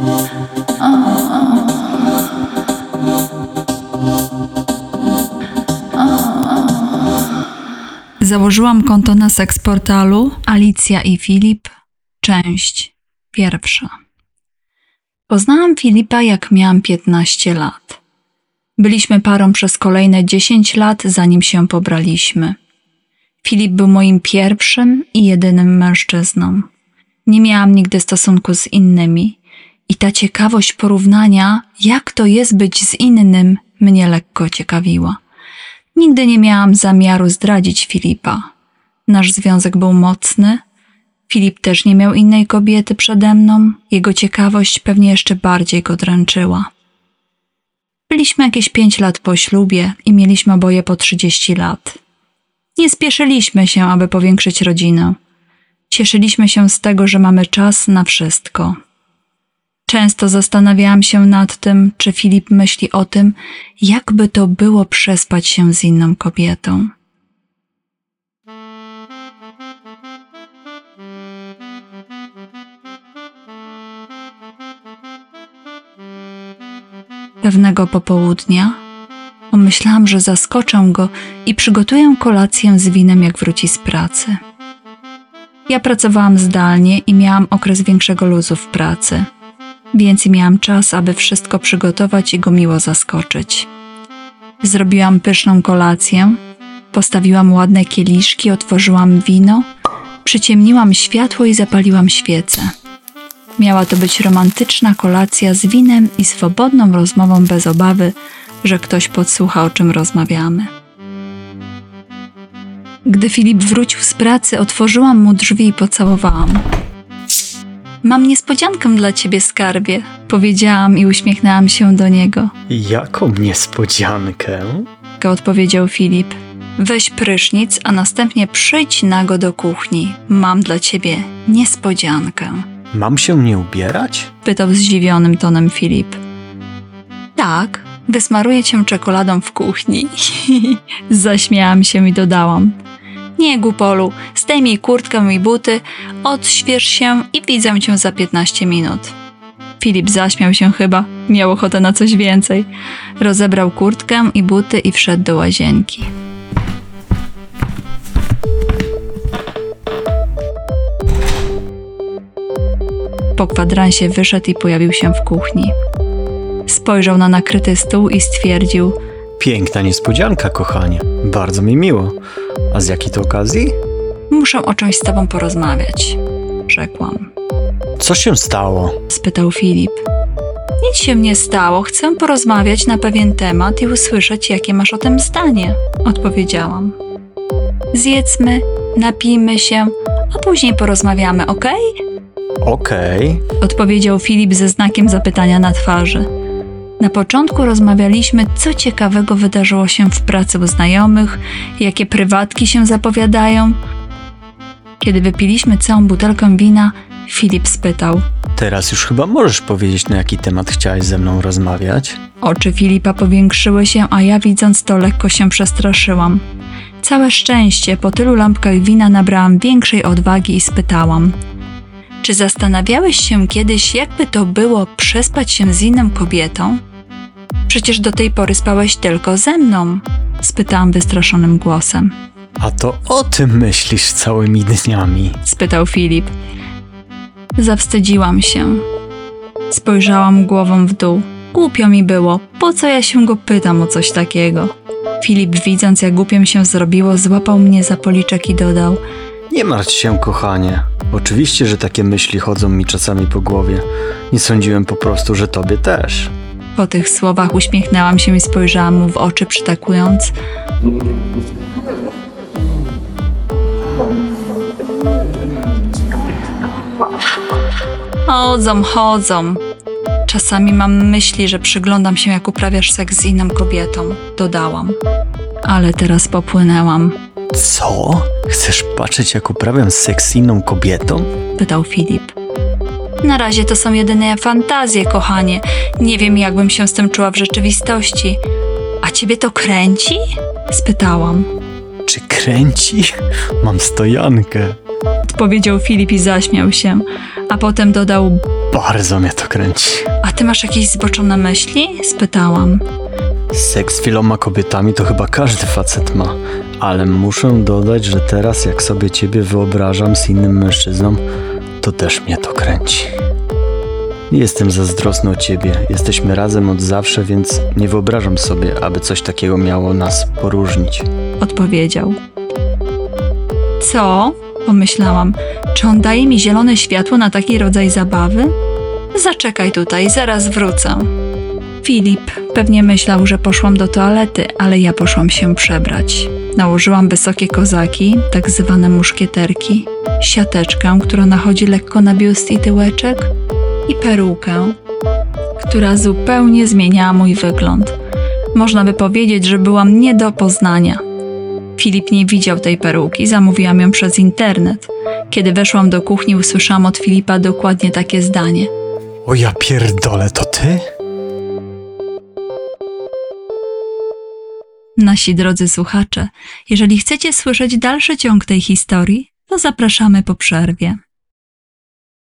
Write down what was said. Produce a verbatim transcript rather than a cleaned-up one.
Założyłam konto na seksportalu Alicja i Filip, część pierwsza. Poznałam Filipa, jak miałam piętnaście lat. Byliśmy parą przez kolejne dziesięć lat, zanim się pobraliśmy. Filip był moim pierwszym i jedynym mężczyzną. Nie miałam nigdy stosunku z innymi i ta ciekawość porównania, jak to jest być z innym, mnie lekko ciekawiła. Nigdy nie miałam zamiaru zdradzić Filipa. Nasz związek był mocny. Filip też nie miał innej kobiety przede mną. Jego ciekawość pewnie jeszcze bardziej go dręczyła. Byliśmy jakieś pięć lat po ślubie i mieliśmy oboje po trzydzieści lat. Nie spieszyliśmy się, aby powiększyć rodzinę. Cieszyliśmy się z tego, że mamy czas na wszystko. Często zastanawiałam się nad tym, czy Filip myśli o tym, jakby to było przespać się z inną kobietą. Pewnego popołudnia pomyślałam, że zaskoczę go i przygotuję kolację z winem, jak wróci z pracy. Ja pracowałam zdalnie i miałam okres większego luzu w pracy, więc miałam czas, aby wszystko przygotować i go miło zaskoczyć. Zrobiłam pyszną kolację, postawiłam ładne kieliszki, otworzyłam wino, przyciemniłam światło i zapaliłam świecę. Miała to być romantyczna kolacja z winem i swobodną rozmową bez obawy, że ktoś podsłucha, o czym rozmawiamy. Gdy Filip wrócił z pracy, otworzyłam mu drzwi i pocałowałam. Mam niespodziankę dla ciebie, skarbie, powiedziałam i uśmiechnęłam się do niego. Jaką niespodziankę? Odpowiedział Filip. Weź prysznic, a następnie przyjdź nago do kuchni. Mam dla ciebie niespodziankę. Mam się nie ubierać? Pytał zdziwionym tonem Filip. Tak, wysmaruję cię czekoladą w kuchni. Zaśmiałam się i dodałam. Nie, głupolu, zdejmij kurtkę i buty, odśwież się i widzę cię za piętnaście minut. Filip zaśmiał się chyba, miał ochotę na coś więcej. Rozebrał kurtkę i buty i wszedł do łazienki. Po kwadransie wyszedł i pojawił się w kuchni. Spojrzał na nakryty stół i stwierdził: Piękna niespodzianka, kochanie. Bardzo mi miło. A z jakiej to okazji? Muszę o czymś z tobą porozmawiać, rzekłam. Co się stało? Spytał Filip. Nic się nie stało. Chcę porozmawiać na pewien temat i usłyszeć, jakie masz o tym zdanie, odpowiedziałam. Zjedzmy, napijmy się, a później porozmawiamy, okej? Okej, odpowiedział Filip ze znakiem zapytania na twarzy. Na początku rozmawialiśmy, co ciekawego wydarzyło się w pracy u znajomych, jakie prywatki się zapowiadają. Kiedy wypiliśmy całą butelkę wina, Filip spytał: Teraz już chyba możesz powiedzieć, na jaki temat chciałeś ze mną rozmawiać? Oczy Filipa powiększyły się, a ja widząc to lekko się przestraszyłam. Całe szczęście, po tylu lampkach wina nabrałam większej odwagi i spytałam: Czy zastanawiałeś się kiedyś, jakby to było przespać się z inną kobietą? Przecież do tej pory spałeś tylko ze mną, spytałam wystraszonym głosem. A to o tym myślisz całymi dniami? Spytał Filip. Zawstydziłam się. Spojrzałam głową w dół. Głupio mi było. Po co ja się go pytam o coś takiego? Filip, widząc jak głupio mi się zrobiło, złapał mnie za policzek i dodał: Nie martw się, kochanie. Oczywiście, że takie myśli chodzą mi czasami po głowie. Nie sądziłem po prostu, że tobie też. Po tych słowach uśmiechnęłam się i spojrzałam mu w oczy, przytakując: Chodzą, chodzą. Czasami mam myśli, że przyglądam się, jak uprawiasz seks z inną kobietą, dodałam. Ale teraz popłynęłam. Co? Chcesz patrzeć, jak uprawiam seks z inną kobietą? Pytał Filip. Na razie to są jedyne fantazje, kochanie. Nie wiem, jakbym się z tym czuła w rzeczywistości. A ciebie to kręci? Spytałam. Czy kręci? Mam stojankę. Odpowiedział Filip i zaśmiał się. A potem dodał: Bardzo mnie to kręci. A ty masz jakieś zboczone myśli? Spytałam. Seks z wieloma kobietami to chyba każdy facet ma. Ale muszę dodać, że teraz jak sobie ciebie wyobrażam z innym mężczyzną, to też mnie to kręci. Nie jestem zazdrosny o ciebie. Jesteśmy razem od zawsze, więc nie wyobrażam sobie, aby coś takiego miało nas poróżnić. Odpowiedział. Co? Pomyślałam. Czy on daje mi zielone światło na taki rodzaj zabawy? Zaczekaj tutaj, zaraz wrócę. Filip pewnie myślał, że poszłam do toalety, ale ja poszłam się przebrać. Nałożyłam wysokie kozaki, tak zwane muszkieterki, siateczkę, która nachodzi lekko na biust i tyłeczek i perukę, która zupełnie zmieniała mój wygląd. Można by powiedzieć, że byłam nie do poznania. Filip nie widział tej peruki, zamówiłam ją przez internet. Kiedy weszłam do kuchni, usłyszałam od Filipa dokładnie takie zdanie. O ja pierdolę, to ty? Nasi drodzy słuchacze, jeżeli chcecie słyszeć dalszy ciąg tej historii, to zapraszamy po przerwie.